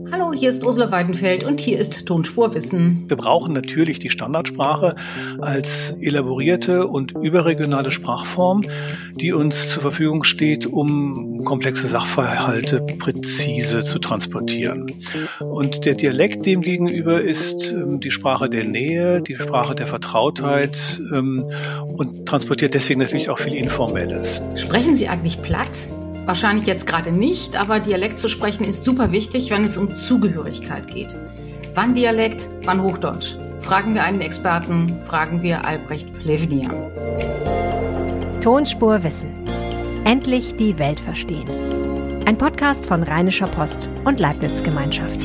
Hallo, hier ist Ursula Weidenfeld und hier ist Tonspurwissen. Wir brauchen natürlich die Standardsprache als elaborierte und überregionale Sprachform, die uns zur Verfügung steht, um komplexe Sachverhalte präzise zu transportieren. Und der Dialekt demgegenüber ist die Sprache der Nähe, die Sprache der Vertrautheit und transportiert deswegen natürlich auch viel Informelles. Sprechen Sie eigentlich platt? Wahrscheinlich jetzt gerade nicht, aber Dialekt zu sprechen ist super wichtig, wenn es um Zugehörigkeit geht. Wann Dialekt, wann Hochdeutsch? Fragen wir einen Experten, fragen wir Albrecht Plevnia. Tonspurwissen. Endlich die Welt verstehen. Ein Podcast von Rheinischer Post und Leibniz Gemeinschaft.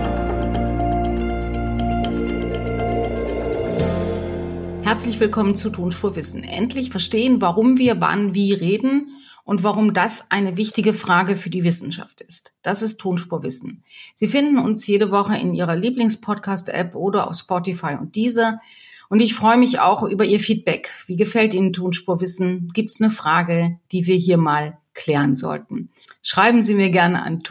Herzlich willkommen zu Tonspurwissen. Endlich verstehen, warum wir wann wie reden und warum das eine wichtige Frage für die Wissenschaft ist. Das ist Tonspurwissen. Sie finden uns jede Woche in Ihrer Lieblingspodcast-App oder auf Spotify und Deezer. Und ich freue mich auch über Ihr Feedback. Wie gefällt Ihnen Tonspurwissen? Gibt es eine Frage, die wir hier mal klären sollten? Schreiben Sie mir gerne an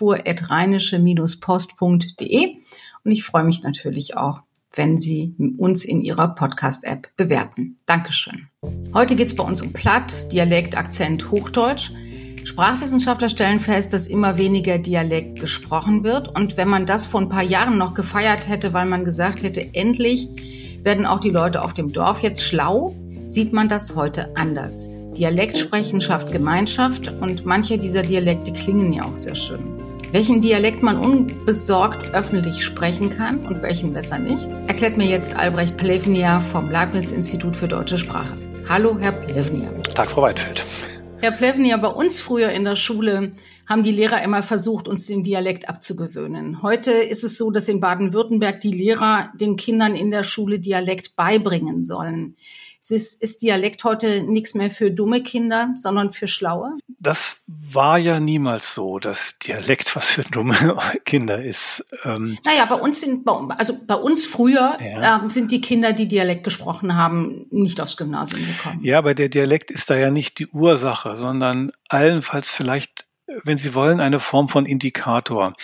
tonspur@rheinische-post.de und ich freue mich natürlich auch, wenn Sie uns in Ihrer Podcast-App bewerten. Dankeschön. Heute geht es bei uns um Platt, Dialekt, Akzent, Hochdeutsch. Sprachwissenschaftler stellen fest, dass immer weniger Dialekt gesprochen wird. Und wenn man das vor ein paar Jahren noch gefeiert hätte, weil man gesagt hätte, endlich werden auch die Leute auf dem Dorf jetzt schlau, sieht man das heute anders. Dialekt sprechen schafft Gemeinschaft und manche dieser Dialekte klingen ja auch sehr schön. Welchen Dialekt man unbesorgt öffentlich sprechen kann und welchen besser nicht, erklärt mir jetzt Albrecht Plevnia vom Leibniz-Institut für Deutsche Sprache. Hallo, Herr Plevnia. Tag, Frau Weidfeld. Herr Plevnia, bei uns früher in der Schule haben die Lehrer immer versucht, uns den Dialekt abzugewöhnen. Heute ist es so, dass in Baden-Württemberg die Lehrer den Kindern in der Schule Dialekt beibringen sollen. Ist Dialekt heute nichts mehr für dumme Kinder, sondern für schlaue? Das war ja niemals so, dass Dialekt was für dumme Kinder ist. Bei uns früher sind die Kinder, die Dialekt gesprochen haben, nicht aufs Gymnasium gekommen. Ja, aber der Dialekt ist da ja nicht die Ursache, sondern allenfalls vielleicht, wenn Sie wollen, eine Form von Indikator.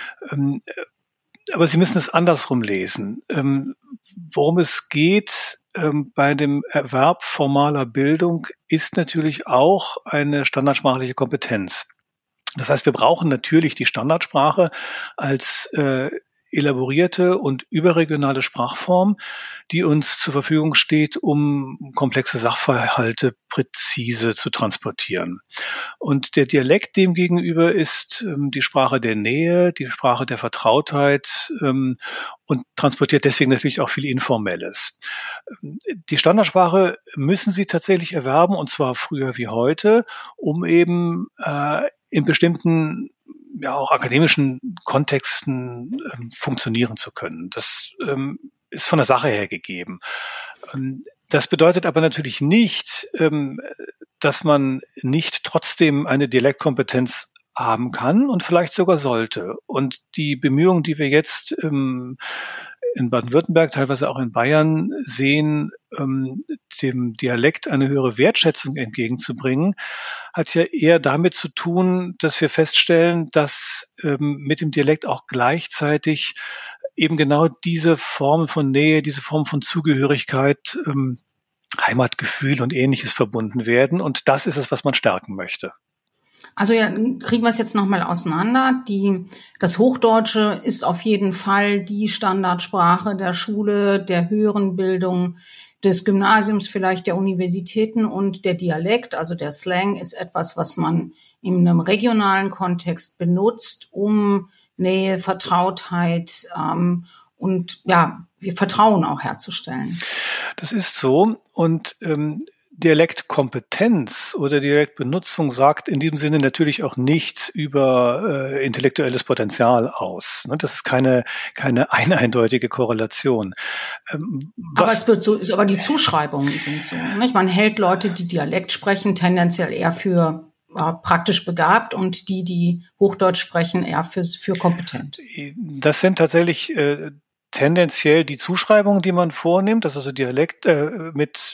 Aber Sie müssen es andersrum lesen. Worum es geht bei dem Erwerb formaler Bildung ist natürlich auch eine standardsprachliche Kompetenz. Das heißt, wir brauchen natürlich die Standardsprache als elaborierte und überregionale Sprachform, die uns zur Verfügung steht, um komplexe Sachverhalte präzise zu transportieren. Und der Dialekt demgegenüber ist die Sprache der Nähe, die Sprache der Vertrautheit und transportiert deswegen natürlich auch viel Informelles. Die Standardsprache müssen Sie tatsächlich erwerben, und zwar früher wie heute, um eben in bestimmten auch akademischen Kontexten funktionieren zu können. Das ist von der Sache her gegeben. Das bedeutet aber natürlich nicht, dass man nicht trotzdem eine Dialektkompetenz haben kann und vielleicht sogar sollte. Und die Bemühungen, die wir jetzt in Baden-Württemberg, teilweise auch in Bayern sehen, dem Dialekt eine höhere Wertschätzung entgegenzubringen, hat ja eher damit zu tun, dass wir feststellen, dass mit dem Dialekt auch gleichzeitig eben genau diese Formen von Nähe, diese Form von Zugehörigkeit, Heimatgefühl und Ähnliches verbunden werden. Und das ist es, was man stärken möchte. Also ja, kriegen wir es jetzt nochmal auseinander. Das Hochdeutsche ist auf jeden Fall die Standardsprache der Schule, der höheren Bildung, des Gymnasiums, vielleicht der Universitäten, und der Dialekt, also der Slang, ist etwas, was man in einem regionalen Kontext benutzt, um Nähe, Vertrautheit und Vertrauen auch herzustellen. Das ist so, und Dialektkompetenz oder Dialektbenutzung sagt in diesem Sinne natürlich auch nichts über intellektuelles Potenzial aus. Ne? Das ist keine eindeutige Korrelation. Aber die Zuschreibungen sind so. Nicht? Man hält Leute, die Dialekt sprechen, tendenziell eher für praktisch begabt und die Hochdeutsch sprechen, eher für kompetent. Das sind tatsächlich tendenziell die Zuschreibungen, die man vornimmt, dass also Dialekt mit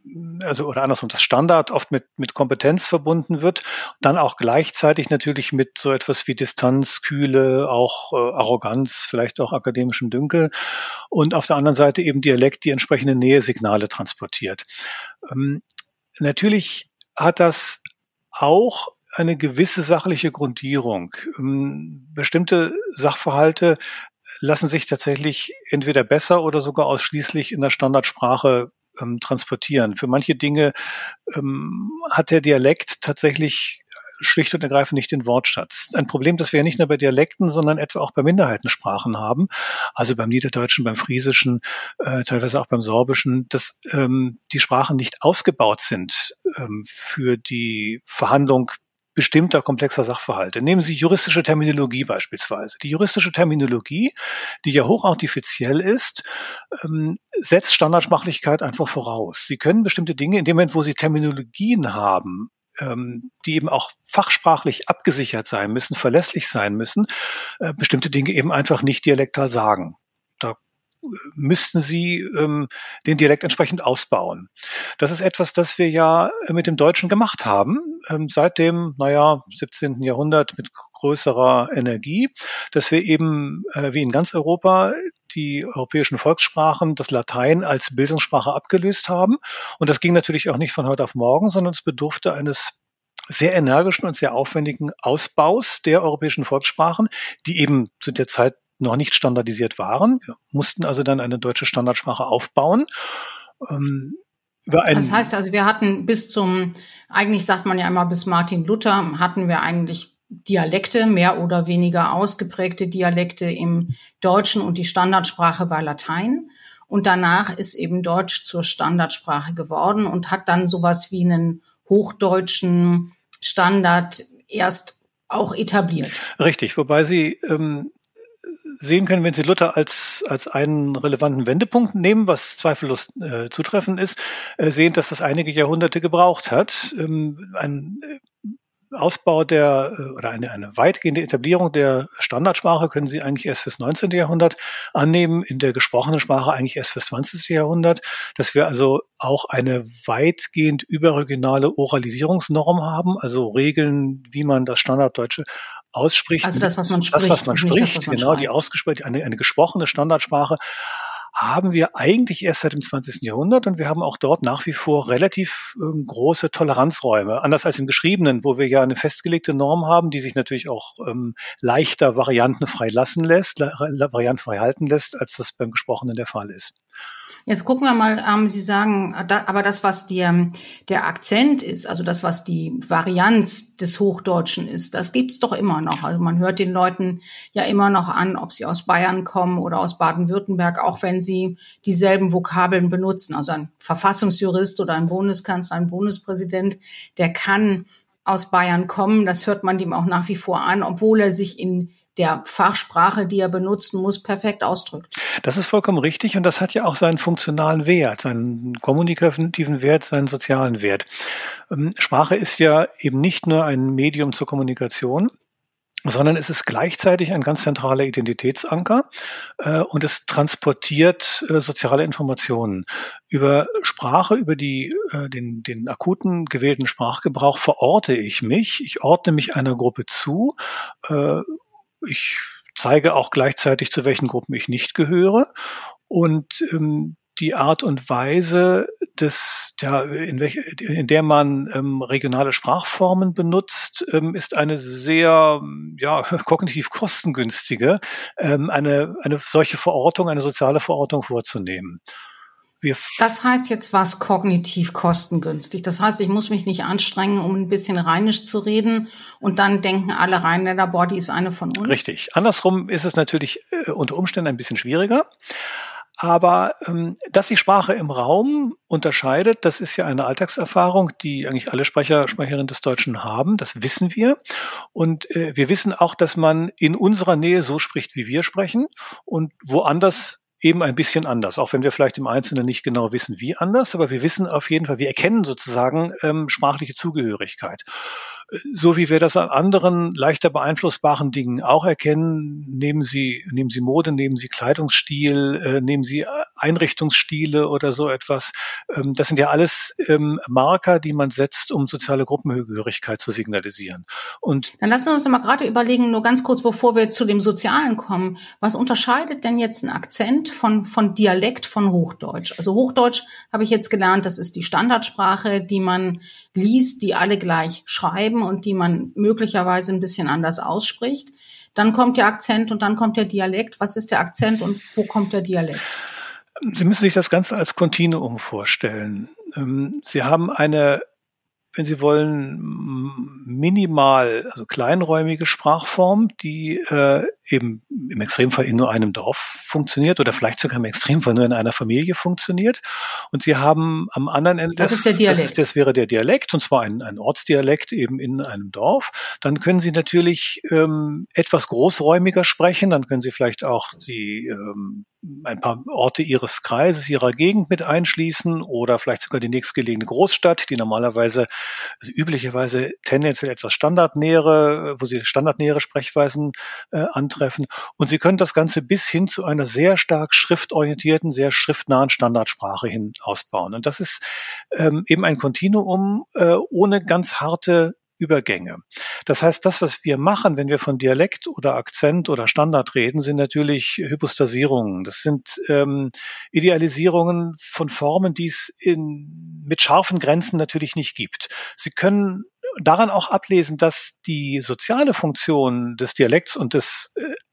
oder andersrum, das Standard oft mit Kompetenz verbunden wird, dann auch gleichzeitig natürlich mit so etwas wie Distanz, Kühle, auch Arroganz, vielleicht auch akademischem Dünkel und auf der anderen Seite eben Dialekt, die entsprechende Nähesignale transportiert. Natürlich hat das auch eine gewisse sachliche Grundierung. Bestimmte Sachverhalte lassen sich tatsächlich entweder besser oder sogar ausschließlich in der Standardsprache transportieren. Für manche Dinge hat der Dialekt tatsächlich schlicht und ergreifend nicht den Wortschatz. Ein Problem, das wir ja nicht nur bei Dialekten, sondern etwa auch bei Minderheitensprachen haben, also beim Niederdeutschen, beim Friesischen, teilweise auch beim Sorbischen, dass die Sprachen nicht ausgebaut sind für die Verhandlung bestimmter komplexer Sachverhalte. Nehmen Sie juristische Terminologie beispielsweise. Die juristische Terminologie, die ja hochartifiziell ist, setzt Standardsprachlichkeit einfach voraus. Sie können bestimmte Dinge in dem Moment, wo Sie Terminologien haben, die eben auch fachsprachlich abgesichert sein müssen, verlässlich sein müssen, bestimmte Dinge eben einfach nicht dialektal sagen. Da müssten Sie den Dialekt entsprechend ausbauen. Das ist etwas, das wir ja mit dem Deutschen gemacht haben, seit dem, 17. Jahrhundert mit größerer Energie, dass wir eben, wie in ganz Europa, die europäischen Volkssprachen, das Latein als Bildungssprache abgelöst haben. Und das ging natürlich auch nicht von heute auf morgen, sondern es bedurfte eines sehr energischen und sehr aufwendigen Ausbaus der europäischen Volkssprachen, die eben zu der Zeit noch nicht standardisiert waren. Wir mussten also dann eine deutsche Standardsprache aufbauen. Das heißt also, wir hatten eigentlich sagt man ja immer bis Martin Luther, hatten wir eigentlich Dialekte, mehr oder weniger ausgeprägte Dialekte im Deutschen und die Standardsprache war Latein. Und danach ist eben Deutsch zur Standardsprache geworden und hat dann sowas wie einen hochdeutschen Standard erst auch etabliert. Richtig, wobei Sie sehen können, wenn Sie Luther als einen relevanten Wendepunkt nehmen, was zweifellos zutreffend ist, sehen, dass das einige Jahrhunderte gebraucht hat. Ein Ausbau oder eine weitgehende Etablierung der Standardsprache können Sie eigentlich erst fürs 19. Jahrhundert annehmen, in der gesprochenen Sprache eigentlich erst fürs 20. Jahrhundert, dass wir also auch eine weitgehend überregionale Oralisierungsnorm haben, also Regeln, wie man das Standarddeutsche ausspricht. Also das, was man spricht. Das, was man spricht, das, was man genau, schreibt. die ausgesprochene, eine gesprochene Standardsprache haben wir eigentlich erst seit dem 20. Jahrhundert und wir haben auch dort nach wie vor relativ große Toleranzräume. Anders als im Geschriebenen, wo wir ja eine festgelegte Norm haben, die sich natürlich auch leichter variantenfrei variantenfrei halten lässt, als das beim Gesprochenen der Fall ist. Jetzt gucken wir mal, Sie sagen, aber das, was der Akzent ist, also das, was die Varianz des Hochdeutschen ist, das gibt's doch immer noch. Also man hört den Leuten ja immer noch an, ob sie aus Bayern kommen oder aus Baden-Württemberg, auch wenn sie dieselben Vokabeln benutzen. Also ein Verfassungsjurist oder ein Bundeskanzler, ein Bundespräsident, der kann aus Bayern kommen. Das hört man dem auch nach wie vor an, obwohl er sich in der Fachsprache, die er benutzen muss, perfekt ausdrückt. Das ist vollkommen richtig und das hat ja auch seinen funktionalen Wert, seinen kommunikativen Wert, seinen sozialen Wert. Sprache ist ja eben nicht nur ein Medium zur Kommunikation, sondern es ist gleichzeitig ein ganz zentraler Identitätsanker und es transportiert soziale Informationen. Über Sprache, über den akuten gewählten Sprachgebrauch verorte ich mich. Ich ordne mich einer Gruppe zu. Ich zeige auch gleichzeitig, zu welchen Gruppen ich nicht gehöre. Und die Art und Weise, in der man regionale Sprachformen benutzt, ist eine sehr kognitiv kostengünstige, eine solche Verortung, eine soziale Verortung vorzunehmen. Das heißt jetzt was kognitiv kostengünstig. Das heißt, ich muss mich nicht anstrengen, um ein bisschen Rheinisch zu reden und dann denken alle Rheinländer, boah, die ist eine von uns. Richtig. Andersrum ist es natürlich unter Umständen ein bisschen schwieriger. Aber dass die Sprache im Raum unterscheidet, das ist ja eine Alltagserfahrung, die eigentlich alle Sprecherinnen des Deutschen haben. Das wissen wir. Und wir wissen auch, dass man in unserer Nähe so spricht, wie wir sprechen und woanders eben ein bisschen anders, auch wenn wir vielleicht im Einzelnen nicht genau wissen, wie anders, aber wir wissen auf jeden Fall, wir erkennen sozusagen sprachliche Zugehörigkeit. So wie wir das an anderen leichter beeinflussbaren Dingen auch erkennen, nehmen Sie Mode, nehmen Sie Kleidungsstil, nehmen Sie Einrichtungsstile oder so etwas. Das sind ja alles Marker, die man setzt, um soziale Gruppengehörigkeit zu signalisieren. Und dann lassen wir uns mal gerade überlegen, nur ganz kurz, bevor wir zu dem Sozialen kommen, was unterscheidet denn jetzt ein Akzent von Dialekt von Hochdeutsch? Also Hochdeutsch habe ich jetzt gelernt, das ist die Standardsprache, die man liest, die alle gleich schreiben und die man möglicherweise ein bisschen anders ausspricht. Dann kommt der Akzent und dann kommt der Dialekt. Was ist der Akzent und wo kommt der Dialekt? Sie müssen sich das Ganze als Kontinuum vorstellen. Sie haben eine, wenn Sie wollen, minimal, also kleinräumige Sprachform, die eben im Extremfall in nur einem Dorf funktioniert oder vielleicht sogar im Extremfall nur in einer Familie funktioniert. Und Sie haben am anderen Ende, das ist der Dialekt. Das wäre der Dialekt, und zwar ein Ortsdialekt eben in einem Dorf. Dann können Sie natürlich etwas großräumiger sprechen. Dann können Sie vielleicht auch ein paar Orte Ihres Kreises, Ihrer Gegend mit einschließen oder vielleicht sogar die nächstgelegene Großstadt, die normalerweise, also üblicherweise tendenziell etwas wo Sie standardnähere Sprechweisen antreffen. Und Sie können das Ganze bis hin zu einer sehr stark schriftorientierten, sehr schriftnahen Standardsprache hin ausbauen. Und das ist eben ein Kontinuum ohne ganz harte Übergänge. Das heißt, das, was wir machen, wenn wir von Dialekt oder Akzent oder Standard reden, sind natürlich Hypostasierungen. Das sind Idealisierungen von Formen, die es mit scharfen Grenzen natürlich nicht gibt. Sie können daran auch ablesen, dass die soziale Funktion des Dialekts und des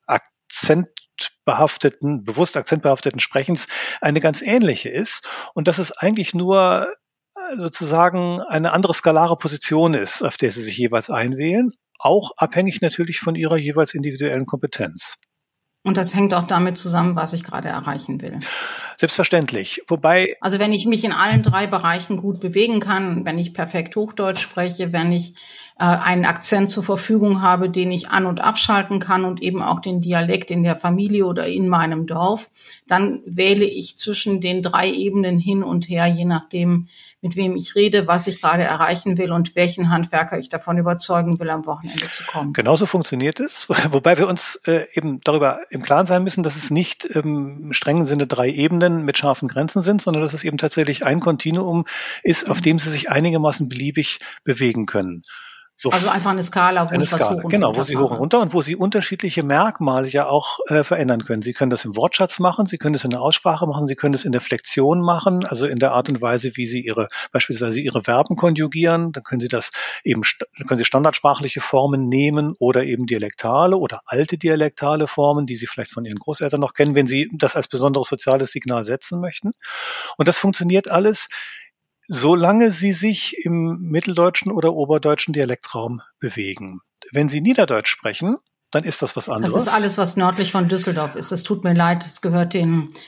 bewusst akzentbehafteten Sprechens eine ganz ähnliche ist und dass es eigentlich nur sozusagen eine andere skalare Position ist, auf der Sie sich jeweils einwählen, auch abhängig natürlich von Ihrer jeweils individuellen Kompetenz. Und das hängt auch damit zusammen, was ich gerade erreichen will. Selbstverständlich. Wobei, also wenn ich mich in allen 3 Bereichen gut bewegen kann, wenn ich perfekt Hochdeutsch spreche, wenn ich einen Akzent zur Verfügung habe, den ich an- und abschalten kann und eben auch den Dialekt in der Familie oder in meinem Dorf, dann wähle ich zwischen den 3 Ebenen hin und her, je nachdem, mit wem ich rede, was ich gerade erreichen will und welchen Handwerker ich davon überzeugen will, am Wochenende zu kommen. Genauso funktioniert es, wobei wir uns eben darüber im Klaren sein müssen, dass es nicht im strengen Sinne 3 Ebenen mit scharfen Grenzen sind, sondern dass es eben tatsächlich ein Kontinuum ist, auf dem Sie sich einigermaßen beliebig bewegen können. So, also einfach eine Skala, wo ich was hoch und runter genau, wo Sie hoch und runter und wo Sie unterschiedliche Merkmale ja auch verändern können. Sie können das im Wortschatz machen, Sie können es in der Aussprache machen, Sie können es in der Flexion machen, also in der Art und Weise, wie Sie beispielsweise Ihre Verben konjugieren. Dann können Sie standardsprachliche Formen nehmen oder eben dialektale oder alte dialektale Formen, die Sie vielleicht von Ihren Großeltern noch kennen, wenn Sie das als besonderes soziales Signal setzen möchten. Und das funktioniert alles, solange Sie sich im mitteldeutschen oder oberdeutschen Dialektraum bewegen. Wenn Sie Niederdeutsch sprechen, dann ist das was anderes. Das ist alles, was nördlich von Düsseldorf ist. Es tut mir leid, es gehört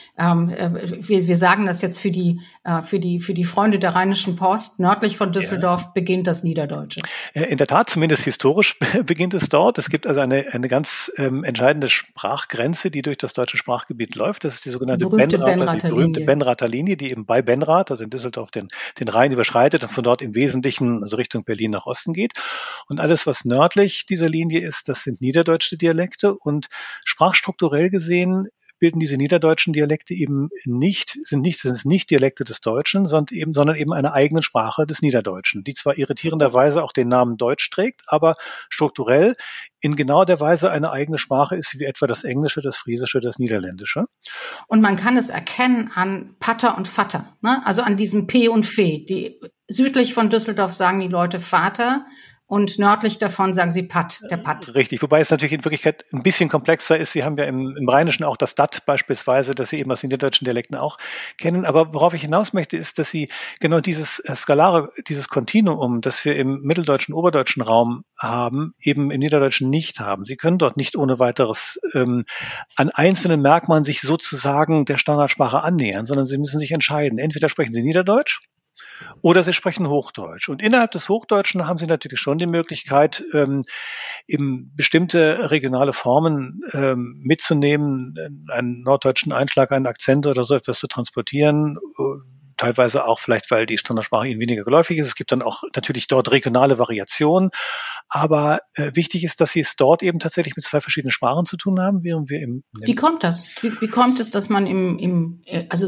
wir sagen das jetzt für die Freunde der Rheinischen Post. Nördlich von Düsseldorf beginnt das Niederdeutsche. In der Tat, zumindest historisch beginnt es dort. Es gibt also eine ganz entscheidende Sprachgrenze, die durch das deutsche Sprachgebiet läuft. Das ist die sogenannte berühmte Benrather Linie, die eben bei Benrath, also in Düsseldorf, den Rhein überschreitet und von dort im Wesentlichen also Richtung Berlin nach Osten geht. Und alles, was nördlich dieser Linie ist, das sind niederdeutsche Dialekte und sprachstrukturell gesehen bilden diese niederdeutschen Dialekte eben sind nicht Dialekte des Deutschen, sondern eben eine eigene Sprache des Niederdeutschen, die zwar irritierenderweise auch den Namen Deutsch trägt, aber strukturell in genau der Weise eine eigene Sprache ist, wie etwa das Englische, das Friesische, das Niederländische. Und man kann es erkennen an Pater und Vater, ne? Also an diesem P und Fe. Südlich von Düsseldorf sagen die Leute Vater, und nördlich davon sagen sie Patt, der Patt. Richtig, wobei es natürlich in Wirklichkeit ein bisschen komplexer ist. Sie haben ja im Rheinischen auch das Dat beispielsweise, das Sie eben aus den niederdeutschen Dialekten auch kennen. Aber worauf ich hinaus möchte, ist, dass Sie genau dieses Skalare, dieses Kontinuum, das wir im mitteldeutschen, oberdeutschen Raum haben, eben im Niederdeutschen nicht haben. Sie können dort nicht ohne weiteres an einzelnen Merkmalen sich sozusagen der Standardsprache annähern, sondern Sie müssen sich entscheiden. Entweder sprechen Sie Niederdeutsch oder Sie sprechen Hochdeutsch. Und innerhalb des Hochdeutschen haben Sie natürlich schon die Möglichkeit, eben bestimmte regionale Formen mitzunehmen, einen norddeutschen Einschlag, einen Akzent oder so etwas zu transportieren. teilweise auch vielleicht, weil die Standardsprache ihnen weniger geläufig ist. Es gibt dann auch natürlich dort regionale Variationen. Aber wichtig ist, dass sie es dort eben tatsächlich mit 2 verschiedenen Sprachen zu tun haben, während wir Wie kommt das? Wie kommt es, dass man im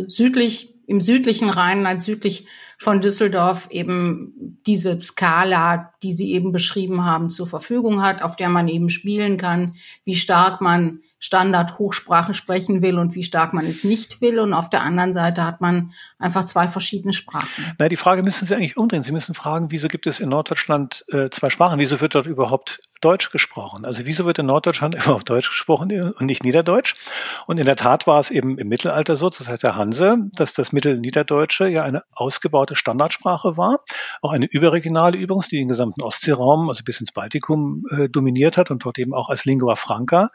südlichen Rheinland, südlich von Düsseldorf eben diese Skala, die Sie eben beschrieben haben, zur Verfügung hat, auf der man eben spielen kann, wie stark man Standard-Hochsprache sprechen will und wie stark man es nicht will. Und auf der anderen Seite hat man einfach 2 verschiedene Sprachen. Na, die Frage müssen Sie eigentlich umdrehen. Sie müssen fragen, wieso gibt es in Norddeutschland 2 Sprachen? Wieso wird dort überhaupt Deutsch gesprochen? Also wieso wird in Norddeutschland überhaupt Deutsch gesprochen und nicht Niederdeutsch? Und in der Tat war es eben im Mittelalter so, das heißt der Hanse, dass das Mittelniederdeutsche ja eine ausgebaute Standardsprache war. Auch eine überregionale übrigens, die den gesamten Ostseeraum, also bis ins Baltikum, dominiert hat und dort eben auch als Lingua Franca,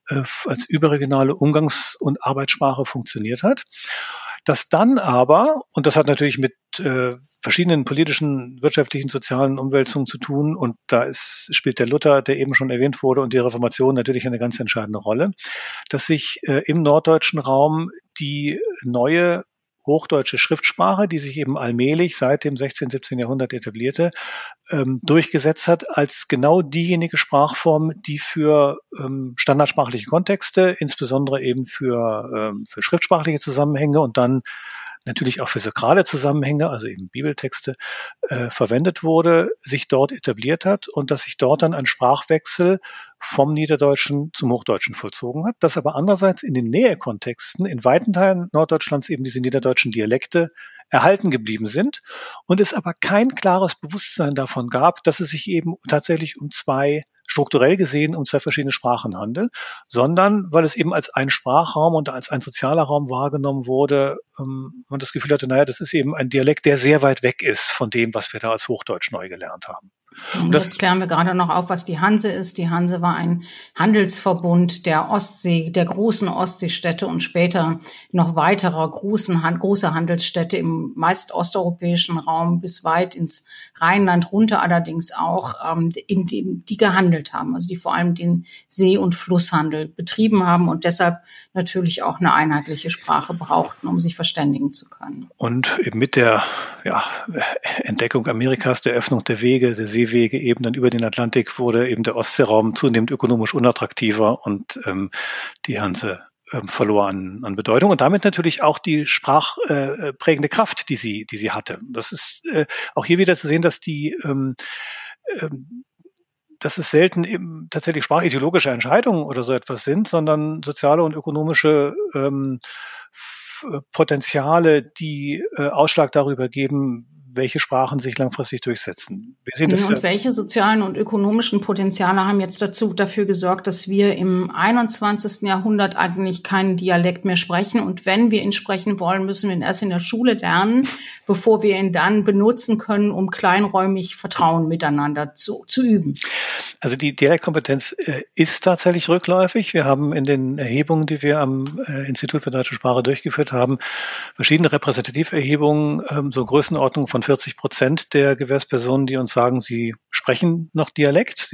als überregionale Umgangs- und Arbeitssprache funktioniert hat. Das dann aber, und das hat natürlich mit verschiedenen politischen, wirtschaftlichen, sozialen Umwälzungen zu tun, und da spielt der Luther, der eben schon erwähnt wurde, und die Reformation natürlich eine ganz entscheidende Rolle, dass sich im norddeutschen Raum die neue hochdeutsche Schriftsprache, die sich eben allmählich seit dem 16., 17. Jahrhundert etablierte, durchgesetzt hat als genau diejenige Sprachform, die für standardsprachliche Kontexte, insbesondere eben für schriftsprachliche Zusammenhänge und dann natürlich auch für sakrale Zusammenhänge, also eben Bibeltexte, verwendet wurde, sich dort etabliert hat und dass sich dort dann ein Sprachwechsel vom Niederdeutschen zum Hochdeutschen vollzogen hat, dass aber andererseits in den Nähekontexten in weiten Teilen Norddeutschlands eben diese niederdeutschen Dialekte erhalten geblieben sind und es aber kein klares Bewusstsein davon gab, dass es sich eben tatsächlich strukturell gesehen um 2 verschiedene Sprachen handelt, sondern weil es eben als ein Sprachraum und als ein sozialer Raum wahrgenommen wurde, man das Gefühl hatte, naja, das ist eben ein Dialekt, der sehr weit weg ist von dem, was wir da als Hochdeutsch neu gelernt haben. Und jetzt klären wir gerade noch auf, was die Hanse ist. Die Hanse war ein Handelsverbund der großen Ostseestädte und später noch weiterer große Handelsstädte im meist osteuropäischen Raum bis weit ins Rheinland runter, allerdings auch, in dem die gehandelt haben, also die vor allem den See- und Flusshandel betrieben haben und deshalb natürlich auch eine einheitliche Sprache brauchten, um sich verständigen zu können. Und eben mit der Entdeckung Amerikas, der Öffnung der Wege, der Seewege eben dann über den Atlantik, wurde eben der Ostseeraum zunehmend ökonomisch unattraktiver und die Hanse verlor an Bedeutung und damit natürlich auch die sprachprägende Kraft, die sie hatte. Das ist auch hier wieder zu sehen, dass dass es selten eben tatsächlich sprachideologische Entscheidungen oder so etwas sind, sondern soziale und ökonomische Potenziale, die Ausschlag darüber geben, welche Sprachen sich langfristig durchsetzen. Wir sehen das und welche sozialen und ökonomischen Potenziale haben jetzt dafür gesorgt, dass wir im 21. Jahrhundert eigentlich keinen Dialekt mehr sprechen? Und wenn wir ihn sprechen wollen, müssen wir ihn erst in der Schule lernen, bevor wir ihn dann benutzen können, um kleinräumig Vertrauen miteinander zu üben. Also die Dialektkompetenz ist tatsächlich rückläufig. Wir haben in den Erhebungen, die wir am Institut für Deutsche Sprache durchgeführt haben, verschiedene Repräsentativerhebungen, so Größenordnung von 40% der Gewährspersonen, die uns sagen, sie sprechen Dialekt,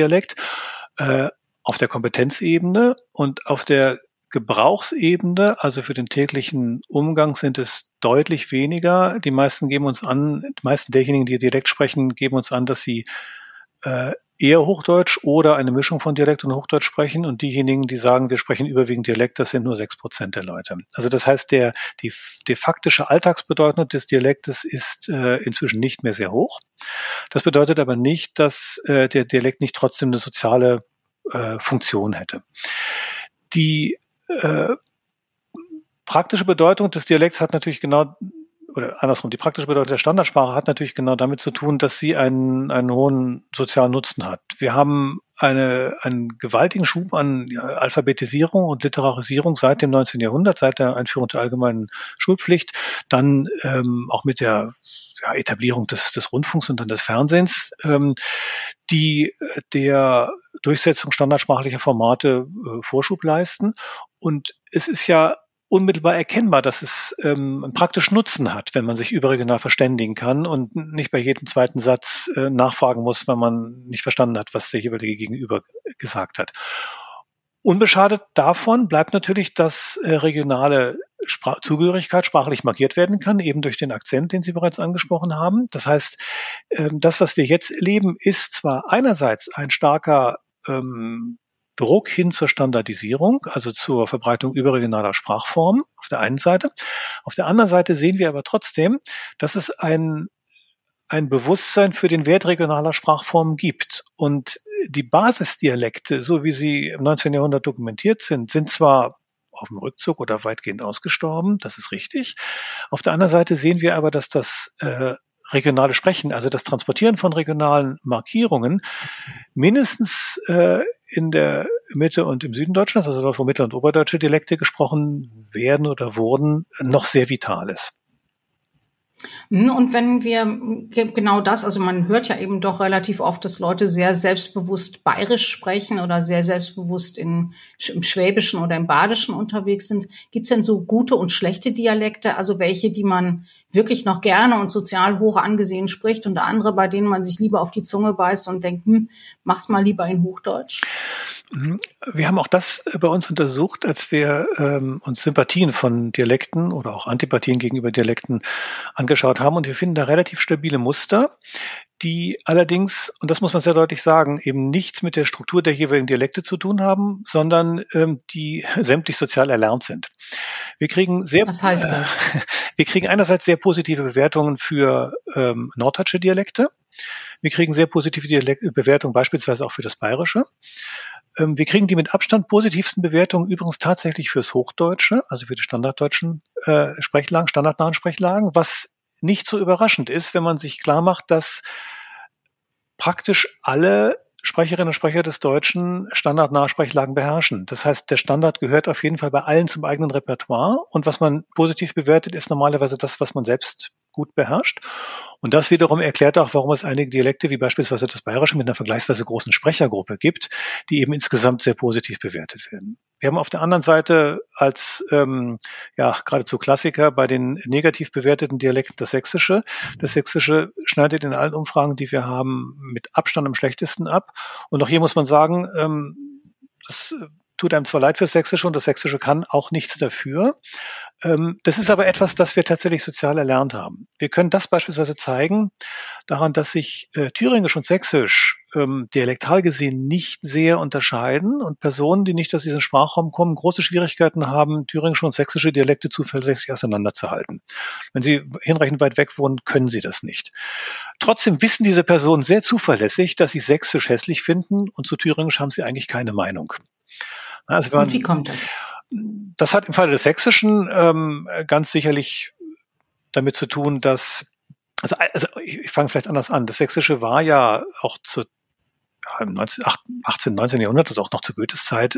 auf der Kompetenzebene, und auf der Gebrauchsebene, also für den täglichen Umgang, sind es deutlich weniger. Die meisten derjenigen, die Dialekt sprechen, geben uns an, dass sie eher Hochdeutsch oder eine Mischung von Dialekt und Hochdeutsch sprechen, und diejenigen, die sagen, wir sprechen überwiegend Dialekt, das sind nur 6% der Leute. Also das heißt, die faktische Alltagsbedeutung des Dialektes ist inzwischen nicht mehr sehr hoch. Das bedeutet aber nicht, dass der Dialekt nicht trotzdem eine soziale Funktion hätte. Die praktische Bedeutung des Dialekts hat natürlich die praktische Bedeutung der Standardsprache hat natürlich genau damit zu tun, dass sie einen hohen sozialen Nutzen hat. Wir haben einen gewaltigen Schub an Alphabetisierung und Literarisierung seit dem 19. Jahrhundert, seit der Einführung der allgemeinen Schulpflicht, dann auch mit der Etablierung des Rundfunks und dann des Fernsehens, die der Durchsetzung standardsprachlicher Formate Vorschub leisten. Und es ist ja unmittelbar erkennbar, dass es einen praktischen Nutzen hat, wenn man sich überregional verständigen kann und nicht bei jedem zweiten Satz nachfragen muss, wenn man nicht verstanden hat, was der jeweilige Gegenüber gesagt hat. Unbeschadet davon bleibt natürlich das regionale Zugehörigkeit sprachlich markiert werden kann, eben durch den Akzent, den Sie bereits angesprochen haben. Das heißt, das, was wir jetzt erleben, ist zwar einerseits ein starker Druck hin zur Standardisierung, also zur Verbreitung überregionaler Sprachformen auf der einen Seite. Auf der anderen Seite sehen wir aber trotzdem, dass es ein Bewusstsein für den Wert regionaler Sprachformen gibt. Und die Basisdialekte, so wie sie im 19. Jahrhundert dokumentiert sind zwar auf dem Rückzug oder weitgehend ausgestorben, das ist richtig. Auf der anderen Seite sehen wir aber, dass das regionale Sprechen, also das Transportieren von regionalen Markierungen, mindestens in der Mitte und im Süden Deutschlands, also dort, wo mittel- und oberdeutsche Dialekte gesprochen werden oder wurden, noch sehr vital ist. Und wenn wir genau das, also man hört ja eben doch relativ oft, dass Leute sehr selbstbewusst bayerisch sprechen oder sehr selbstbewusst im Schwäbischen oder im Badischen unterwegs sind. Gibt es denn so gute und schlechte Dialekte, also welche, die man wirklich noch gerne und sozial hoch angesehen spricht und andere, bei denen man sich lieber auf die Zunge beißt und denkt, mach's mal lieber in Hochdeutsch? Wir haben auch das bei uns untersucht, als wir uns Sympathien von Dialekten oder auch Antipathien gegenüber Dialekten angeschaut haben. Und wir finden da relativ stabile Muster, die allerdings, und das muss man sehr deutlich sagen, eben nichts mit der Struktur der jeweiligen Dialekte zu tun haben, sondern die sämtlich sozial erlernt sind. Was heißt das? Wir kriegen einerseits sehr positive Bewertungen für norddeutsche Dialekte. Wir kriegen sehr positive Bewertungen beispielsweise auch für das Bayerische. Wir kriegen die mit Abstand positivsten Bewertungen übrigens tatsächlich fürs Hochdeutsche, also für die standarddeutschen Sprechlagen, standardnahen Sprechlagen, was nicht so überraschend ist, wenn man sich klar macht, dass praktisch alle Sprecherinnen und Sprecher des Deutschen standardnahe Sprechlagen beherrschen. Das heißt, der Standard gehört auf jeden Fall bei allen zum eigenen Repertoire. Und was man positiv bewertet, ist normalerweise das, was man selbst gut beherrscht. Und das wiederum erklärt auch, warum es einige Dialekte, wie beispielsweise das Bayerische, mit einer vergleichsweise großen Sprechergruppe gibt, die eben insgesamt sehr positiv bewertet werden. Wir haben auf der anderen Seite als geradezu Klassiker bei den negativ bewerteten Dialekten das Sächsische. Das Sächsische schneidet in allen Umfragen, die wir haben, mit Abstand am schlechtesten ab. Und auch hier muss man sagen, das tut einem zwar leid fürs Sächsische und das Sächsische kann auch nichts dafür. Das ist aber etwas, das wir tatsächlich sozial erlernt haben. Wir können das beispielsweise zeigen daran, dass sich Thüringisch und Sächsisch dialektal gesehen nicht sehr unterscheiden und Personen, die nicht aus diesem Sprachraum kommen, große Schwierigkeiten haben, thüringische und sächsische Dialekte zuverlässig auseinanderzuhalten. Wenn sie hinreichend weit weg wohnen, können sie das nicht. Trotzdem wissen diese Personen sehr zuverlässig, dass sie Sächsisch hässlich finden und zu Thüringisch haben sie eigentlich keine Meinung. Also und wie kommt das? Das hat im Falle des Sächsischen ganz sicherlich damit zu tun, dass, also ich fange vielleicht anders an. Das Sächsische war ja auch im 18., 19. Jahrhundert, also auch noch zu Goethes Zeit,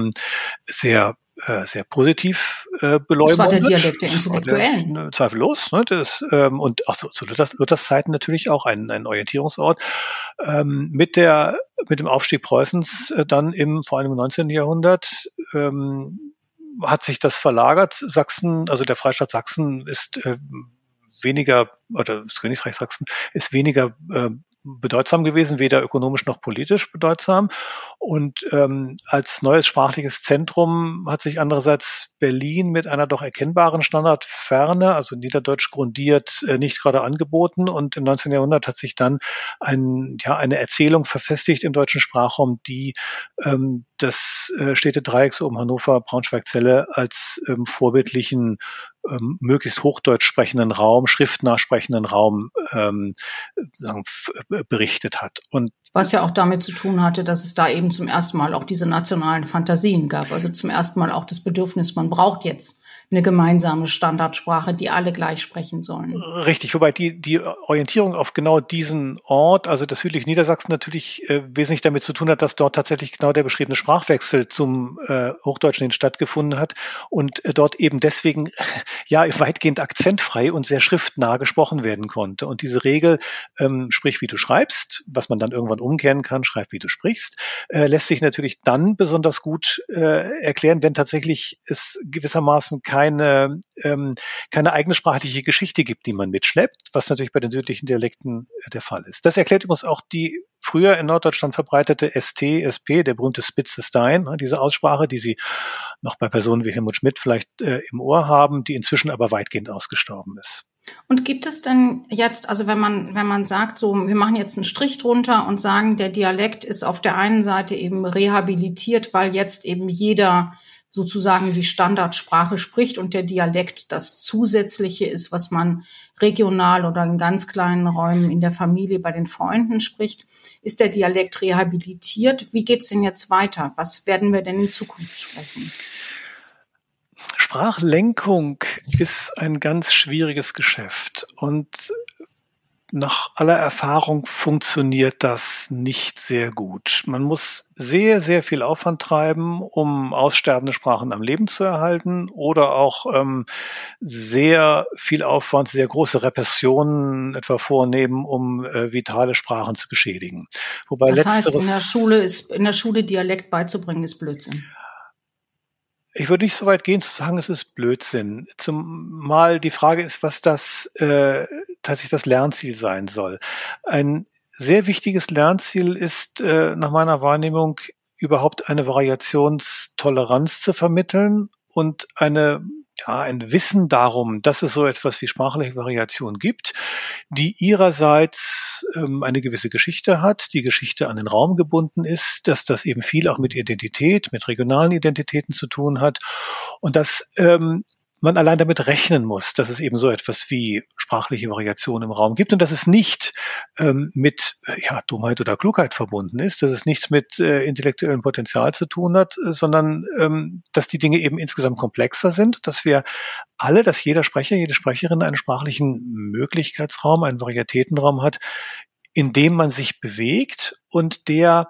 sehr positiv beleumundet. Das war der Dialekt der Intellektuellen. Zweifellos. Ne, und auch zu Luthers Zeiten natürlich auch ein Orientierungsort. Mit dem Aufstieg Preußens dann vor allem im 19. Jahrhundert hat sich das verlagert. Sachsen, also der Freistaat Sachsen ist weniger, oder das Königreich Sachsen ist weniger bedeutsam gewesen, weder ökonomisch noch politisch bedeutsam. Und als neues sprachliches Zentrum hat sich andererseits Berlin mit einer doch erkennbaren Standardferne, also niederdeutsch grundiert, nicht gerade angeboten. Und im 19. Jahrhundert hat sich dann eine Erzählung verfestigt im deutschen Sprachraum, die das Städtedreieck so um Hannover, Braunschweig, Celle als vorbildlichen möglichst hochdeutsch sprechenden Raum, schriftnachsprechenden Raum berichtet hat. Und was ja auch damit zu tun hatte, dass es da eben zum ersten Mal auch diese nationalen Fantasien gab. Also zum ersten Mal auch das Bedürfnis, man braucht jetzt eine gemeinsame Standardsprache, die alle gleich sprechen sollen. Richtig, wobei die Orientierung auf genau diesen Ort, also das südliche Niedersachsen, natürlich wesentlich damit zu tun hat, dass dort tatsächlich genau der beschriebene Sprachwechsel zum Hochdeutschen stattgefunden hat und dort eben deswegen weitgehend akzentfrei und sehr schriftnah gesprochen werden konnte. Und diese Regel, sprich wie du schreibst, was man dann irgendwann umkehren kann, schreib wie du sprichst, lässt sich natürlich dann besonders gut erklären, wenn tatsächlich es gewissermaßen keine eigene sprachliche Geschichte gibt, die man mitschleppt, was natürlich bei den südlichen Dialekten der Fall ist. Das erklärt übrigens auch die früher in Norddeutschland verbreitete ST, SP, der berühmte spitze Stein, diese Aussprache, die Sie noch bei Personen wie Helmut Schmidt vielleicht im Ohr haben, die inzwischen aber weitgehend ausgestorben ist. Und gibt es denn jetzt, also wenn man sagt, so, wir machen jetzt einen Strich drunter und sagen, der Dialekt ist auf der einen Seite eben rehabilitiert, weil jetzt eben jeder sozusagen die Standardsprache spricht und der Dialekt das Zusätzliche ist, was man regional oder in ganz kleinen Räumen in der Familie bei den Freunden spricht. Ist der Dialekt rehabilitiert? Wie geht's denn jetzt weiter? Was werden wir denn in Zukunft sprechen? Sprachlenkung ist ein ganz schwieriges Geschäft und nach aller Erfahrung funktioniert das nicht sehr gut. Man muss sehr, sehr viel Aufwand treiben, um aussterbende Sprachen am Leben zu erhalten oder auch sehr viel Aufwand, sehr große Repressionen etwa vornehmen, um vitale Sprachen zu beschädigen. Wobei das heißt, in der Schule Dialekt beizubringen, ist Blödsinn. Ich würde nicht so weit gehen zu sagen, es ist Blödsinn. Zumal die Frage ist, was das tatsächlich das Lernziel sein soll. Ein sehr wichtiges Lernziel ist nach meiner Wahrnehmung überhaupt eine Variationstoleranz zu vermitteln und ein Wissen darum, dass es so etwas wie sprachliche Variation gibt, die ihrerseits eine gewisse Geschichte hat, die Geschichte an den Raum gebunden ist, dass das eben viel auch mit Identität, mit regionalen Identitäten zu tun hat und dass man allein damit rechnen muss, dass es eben so etwas wie sprachliche Variation im Raum gibt und dass es nicht mit Dummheit oder Klugheit verbunden ist, dass es nichts mit intellektuellem Potenzial zu tun hat, sondern dass die Dinge eben insgesamt komplexer sind, dass wir alle, dass jeder Sprecher, jede Sprecherin einen sprachlichen Möglichkeitsraum, einen Varietätenraum hat, in dem man sich bewegt und der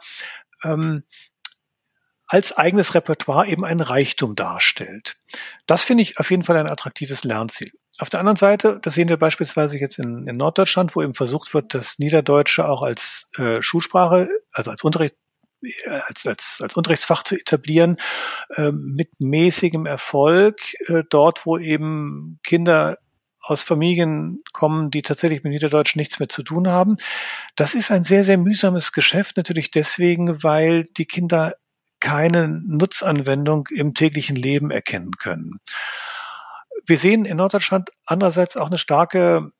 als eigenes Repertoire eben ein Reichtum darstellt. Das finde ich auf jeden Fall ein attraktives Lernziel. Auf der anderen Seite, das sehen wir beispielsweise jetzt in Norddeutschland, wo eben versucht wird, das Niederdeutsche auch als Schulsprache, also als Unterrichtsfach zu etablieren, mit mäßigem Erfolg, dort, wo eben Kinder aus Familien kommen, die tatsächlich mit Niederdeutsch nichts mehr zu tun haben. Das ist ein sehr, sehr mühsames Geschäft, natürlich deswegen, weil die Kinder keine Nutzanwendung im täglichen Leben erkennen können. Wir sehen in Norddeutschland andererseits auch eine starke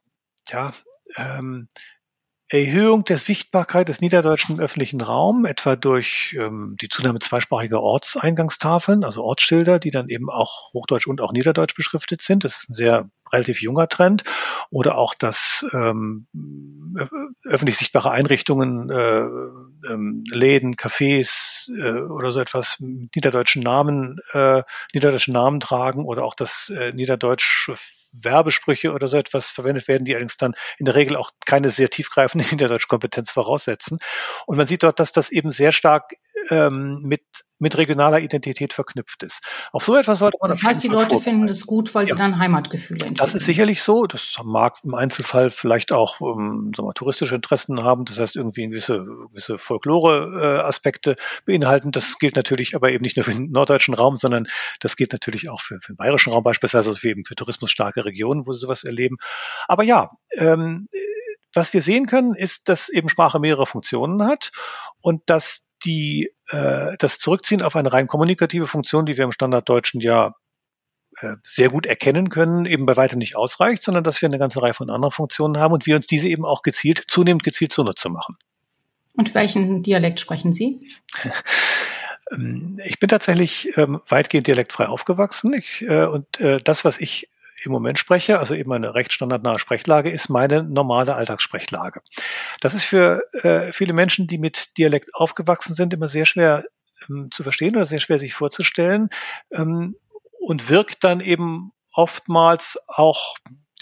Erhöhung der Sichtbarkeit des Niederdeutschen im öffentlichen Raum, etwa durch die Zunahme zweisprachiger Ortseingangstafeln, also Ortsschilder, die dann eben auch Hochdeutsch und auch Niederdeutsch beschriftet sind. Das ist ein sehr relativ junger Trend. Oder auch, dass öffentlich sichtbare Einrichtungen, Läden, Cafés oder so etwas mit niederdeutschen Namen tragen oder auch, dass niederdeutsche Werbesprüche oder so etwas verwendet werden, die allerdings dann in der Regel auch keine sehr tiefgreifende Niederdeutschkompetenz voraussetzen. Und man sieht dort, dass das eben sehr stark mit regionaler Identität verknüpft ist. Auf so etwas sollte man. Das heißt, die Leute finden das gut, weil sie dann Heimatgefühle entwickeln. Das ist sicherlich so. Das mag im Einzelfall vielleicht auch touristische Interessen haben. Das heißt, irgendwie gewisse Folklore-Aspekte beinhalten. Das gilt natürlich aber eben nicht nur für den norddeutschen Raum, sondern das gilt natürlich auch für den bayerischen Raum beispielsweise, also eben für tourismusstarke Regionen, wo sie sowas erleben. Aber ja, was wir sehen können, ist, dass eben Sprache mehrere Funktionen hat und dass das Zurückziehen auf eine rein kommunikative Funktion, die wir im Standarddeutschen ja sehr gut erkennen können, eben bei weitem nicht ausreicht, sondern dass wir eine ganze Reihe von anderen Funktionen haben und wir uns diese eben auch zunehmend gezielt zunutze machen. Und welchen Dialekt sprechen Sie? Ich bin tatsächlich weitgehend dialektfrei aufgewachsen. Das, was ich im Moment spreche, also eben eine recht standardnahe Sprechlage, ist meine normale Alltagssprechlage. Das ist für viele Menschen, die mit Dialekt aufgewachsen sind, immer sehr schwer zu verstehen oder sehr schwer sich vorzustellen und wirkt dann eben oftmals auch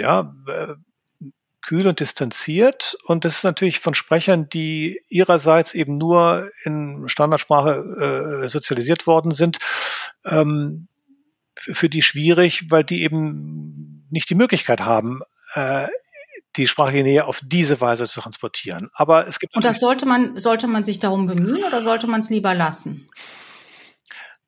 kühl und distanziert. Und das ist natürlich von Sprechern, die ihrerseits eben nur in Standardsprache sozialisiert worden sind, für die schwierig, weil die eben nicht die Möglichkeit haben, die sprachliche Nähe auf diese Weise zu transportieren. Aber es gibt. Und das sollte man sich darum bemühen oder sollte man es lieber lassen?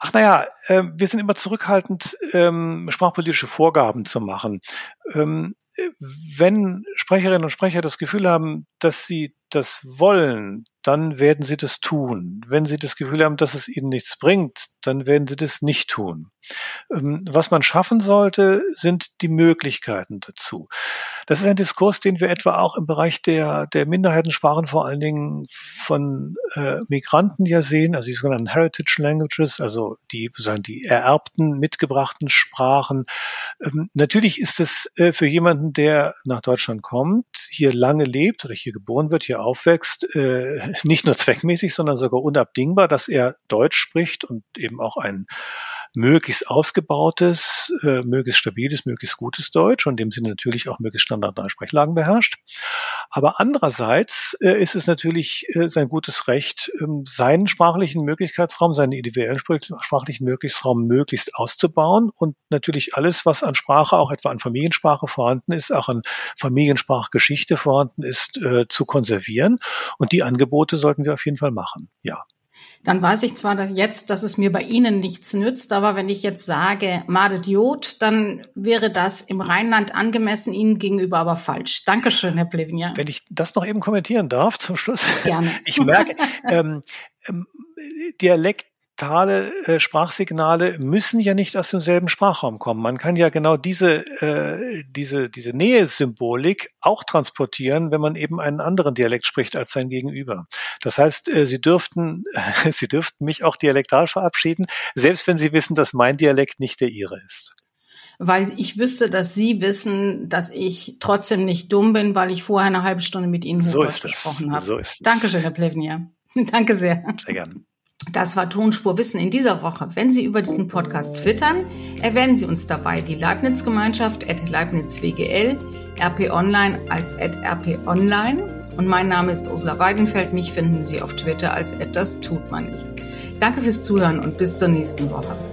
Wir sind immer zurückhaltend, sprachpolitische Vorgaben zu machen. wenn Sprecherinnen und Sprecher das Gefühl haben, dass sie das wollen, dann werden sie das tun. Wenn sie das Gefühl haben, dass es ihnen nichts bringt, dann werden sie das nicht tun. Was man schaffen sollte, sind die Möglichkeiten dazu. Das ist ein Diskurs, den wir etwa auch im Bereich der Minderheitensprachen, vor allen Dingen von Migranten ja sehen, also die sogenannten Heritage Languages, also die ererbten, mitgebrachten Sprachen. Natürlich ist es für jemanden, der nach Deutschland kommt, hier lange lebt oder hier geboren wird, hier aufwächst, nicht nur zweckmäßig, sondern sogar unabdingbar, dass er Deutsch spricht und eben auch ein möglichst ausgebautes, möglichst stabiles, möglichst gutes Deutsch und in dem Sinne natürlich auch möglichst standardnahe Sprechlagen beherrscht. Aber andererseits ist es natürlich sein gutes Recht, seinen sprachlichen Möglichkeitsraum, seinen individuellen sprachlichen Möglichkeitsraum möglichst auszubauen und natürlich alles, was an Sprache, auch etwa an Familiensprache vorhanden ist, auch an Familiensprachgeschichte vorhanden ist, zu konservieren. Und die Angebote sollten wir auf jeden Fall machen, ja. Dann weiß ich zwar dass es mir bei Ihnen nichts nützt, aber wenn ich jetzt sage, Madet Jod, dann wäre das im Rheinland angemessen, Ihnen gegenüber aber falsch. Dankeschön, Herr Plewniak. Wenn ich das noch eben kommentieren darf zum Schluss. Gerne. Ich merke, Sprachsignale müssen ja nicht aus demselben Sprachraum kommen. Man kann ja genau diese Nähesymbolik auch transportieren, wenn man eben einen anderen Dialekt spricht als sein Gegenüber. Das heißt, Sie dürften mich auch dialektal verabschieden, selbst wenn Sie wissen, dass mein Dialekt nicht der Ihre ist. Weil ich wüsste, dass Sie wissen, dass ich trotzdem nicht dumm bin, weil ich vorher eine halbe Stunde mit Ihnen Hochdeutsch gesprochen habe. So ist es. Dankeschön, Herr Plewniak. Danke sehr. Sehr gerne. Das war Tonspur Wissen in dieser Woche. Wenn Sie über diesen Podcast twittern, erwähnen Sie uns dabei die Leibniz-Gemeinschaft @LeibnizWGL, RP Online als @RP-Online und mein Name ist Ursula Weidenfeld. Mich finden Sie auf Twitter als @das tut man nicht. Danke fürs Zuhören und bis zur nächsten Woche.